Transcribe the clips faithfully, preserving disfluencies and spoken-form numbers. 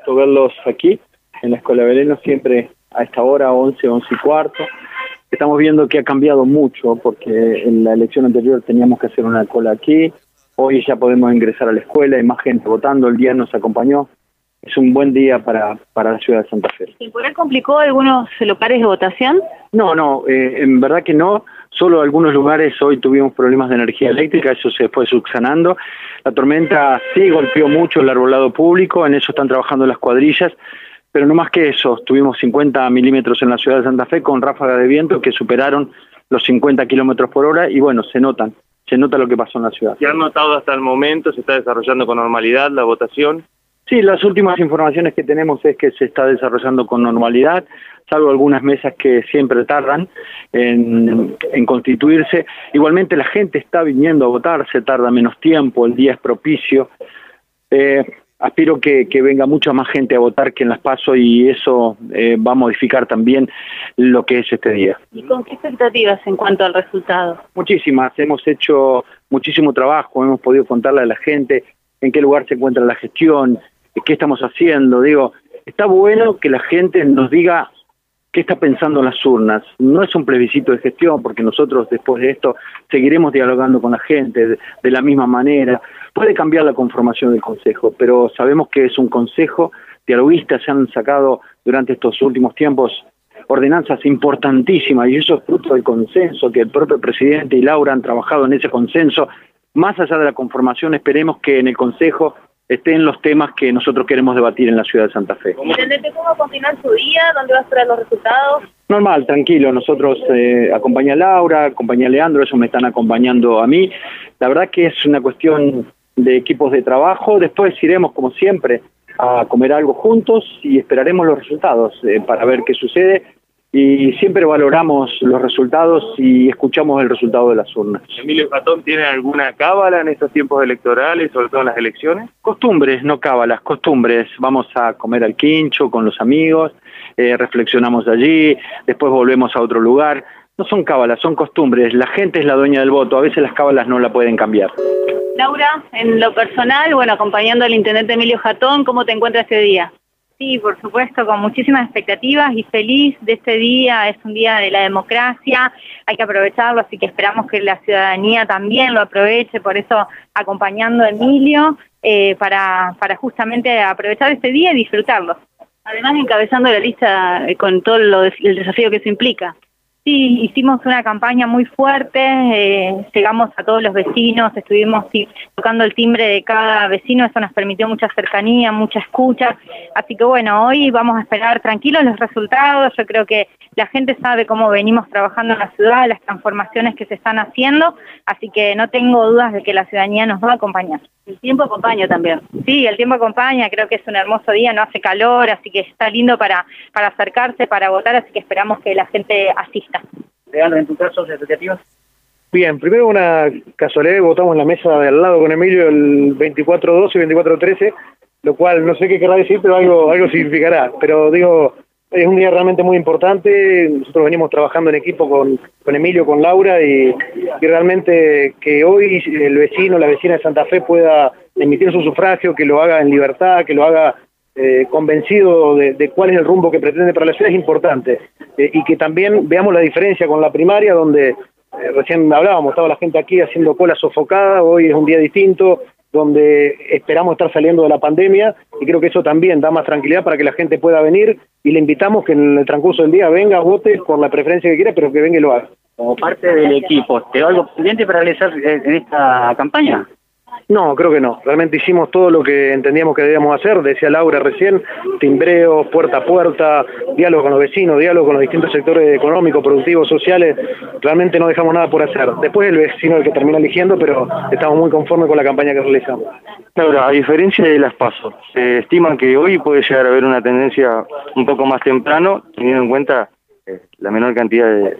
gusto verlos aquí en la Escuela Beleno, siempre a esta hora, once, once y cuarto. Estamos viendo que ha cambiado mucho, porque en la elección anterior teníamos que hacer una cola aquí, hoy ya podemos ingresar a la escuela, hay más gente votando, el día nos acompañó. Es un buen día para, para la ciudad de Santa Fe. ¿Temporal complicó algunos locales de votación? No, no, eh, en verdad que no. Solo algunos lugares hoy tuvimos problemas de energía eléctrica, eso se fue subsanando. La tormenta sí golpeó mucho el arbolado público, en eso están trabajando las cuadrillas, pero no más que eso. Tuvimos cincuenta milímetros en la ciudad de Santa Fe con ráfagas de viento que superaron los cincuenta kilómetros por hora y bueno, se notan, se nota lo que pasó en la ciudad. ¿Se han notado hasta el momento? ¿Se está desarrollando con normalidad la votación? Sí, las últimas informaciones que tenemos es que se está desarrollando con normalidad, salvo algunas mesas que siempre tardan en, en constituirse. Igualmente la gente está viniendo a votar, se tarda menos tiempo, el día es propicio. Eh, aspiro que, que venga mucha más gente a votar que en las PASO y eso eh, va a modificar también lo que es este día. ¿Y con qué expectativas en cuanto al resultado? Muchísimas, hemos hecho muchísimo trabajo, hemos podido contarle a la gente en qué lugar se encuentra la gestión, qué estamos haciendo. Digo, está bueno que la gente nos diga qué está pensando en las urnas. No es un plebiscito de gestión, porque nosotros después de esto seguiremos dialogando con la gente de, de la misma manera. Puede cambiar la conformación del Consejo, pero sabemos que es un Consejo dialoguista. Se han sacado durante estos últimos tiempos ordenanzas importantísimas y eso es fruto del consenso, que el propio presidente y Laura han trabajado en ese consenso. Más allá de la conformación, esperemos que en el Consejo estén los temas que nosotros queremos debatir en la ciudad de Santa Fe. ¿Intendente, cómo va a continuar su día? ¿Dónde va a esperar los resultados? Normal, tranquilo. Nosotros eh, acompaña a Laura, acompaña a Leandro, ellos me están acompañando a mí. La verdad que es una cuestión de equipos de trabajo. Después iremos, como siempre, a comer algo juntos y esperaremos los resultados eh, para ver qué sucede. Y siempre valoramos los resultados y escuchamos el resultado de las urnas. ¿Emilio Jatón tiene alguna cábala en estos tiempos electorales, sobre todo en las elecciones? Costumbres, no cábalas, costumbres. Vamos a comer al quincho con los amigos, eh, reflexionamos allí, después volvemos a otro lugar. No son cábalas, son costumbres. La gente es la dueña del voto, a veces las cábalas no la pueden cambiar. Laura, en lo personal, bueno, acompañando al intendente Emilio Jatón, ¿cómo te encuentras este día? Sí, por supuesto, con muchísimas expectativas y feliz de este día. Es un día de la democracia, hay que aprovecharlo, así que esperamos que la ciudadanía también lo aproveche, por eso acompañando a Emilio, eh, para, para justamente aprovechar este día y disfrutarlo. Además, encabezando la lista eh, con todo lo de, el desafío que eso implica. Sí, hicimos una campaña muy fuerte, eh, llegamos a todos los vecinos, estuvimos sí, tocando el timbre de cada vecino, eso nos permitió mucha cercanía, mucha escucha, así que bueno, hoy vamos a esperar tranquilos los resultados. Yo creo que la gente sabe cómo venimos trabajando en la ciudad, las transformaciones que se están haciendo, así que no tengo dudas de que la ciudadanía nos va a acompañar. El tiempo acompaña también. Sí, el tiempo acompaña, creo que es un hermoso día, no hace calor, así que está lindo para, para acercarse, para votar, así que esperamos que la gente asista. Leandro, en tu caso, expectativas. Bien, primero una casualidad, votamos en la mesa de al lado con Emilio el veinticuatro doce y veinticuatro trece, lo cual no sé qué querrá decir, pero algo, algo significará. Pero digo, es un día realmente muy importante, nosotros venimos trabajando en equipo con, con Emilio, con Laura, y, y realmente que hoy el vecino, la vecina de Santa Fe pueda emitir su sufragio, que lo haga en libertad, que lo haga eh, convencido de, de cuál es el rumbo que pretende para la ciudad, es importante. Eh, y que también veamos la diferencia con la primaria, donde eh, recién hablábamos, estaba la gente aquí haciendo cola sofocada, hoy es un día distinto, donde esperamos estar saliendo de la pandemia, y creo que eso también da más tranquilidad para que la gente pueda venir, y le invitamos que en el transcurso del día venga, vote por la preferencia que quiera, pero que venga y lo haga. Como parte del equipo, ¿te da algo pendiente para realizar en esta campaña? No, creo que no. Realmente hicimos todo lo que entendíamos que debíamos hacer, decía Laura recién, timbreo, puerta a puerta, diálogo con los vecinos, diálogo con los distintos sectores económicos, productivos, sociales. Realmente no dejamos nada por hacer. Después el vecino es el que termina eligiendo, pero estamos muy conformes con la campaña que realizamos. Laura, a diferencia de las PASO, se estima que hoy puede llegar a haber una tendencia un poco más temprano, teniendo en cuenta eh, la menor cantidad de,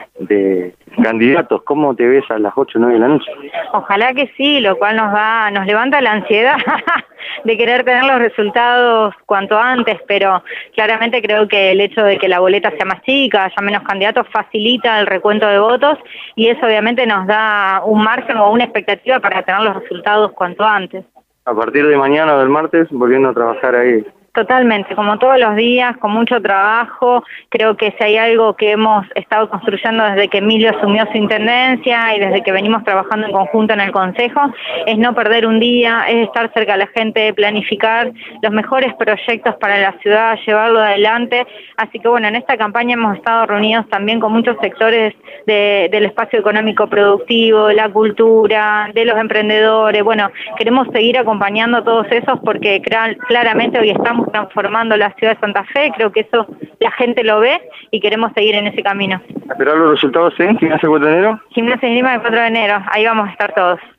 de candidatos. ¿Cómo te ves a las ocho o nueve de la noche? Ojalá que sí, lo cual nos va, nos levanta la ansiedad de querer tener los resultados cuanto antes, pero claramente creo que el hecho de que la boleta sea más chica, haya menos candidatos, facilita el recuento de votos, y eso obviamente nos da un margen o una expectativa para tener los resultados cuanto antes. A partir de mañana o del martes, volviendo a trabajar ahí Totalmente, como todos los días, con mucho trabajo. Creo que si hay algo que hemos estado construyendo desde que Emilio asumió su intendencia y desde que venimos trabajando en conjunto en el Consejo, es no perder un día, es estar cerca de la gente, planificar los mejores proyectos para la ciudad, llevarlo adelante. Así que bueno, en esta campaña hemos estado reunidos también con muchos sectores de, del espacio económico productivo, de la cultura, de los emprendedores. Bueno, queremos seguir acompañando a todos esos porque claramente hoy estamos transformando la ciudad de Santa Fe, creo que eso la gente lo ve y queremos seguir en ese camino. ¿Esperar los resultados en Gimnasia cuatro de enero? Gimnasia Esgrima el cuatro de enero, ahí vamos a estar todos.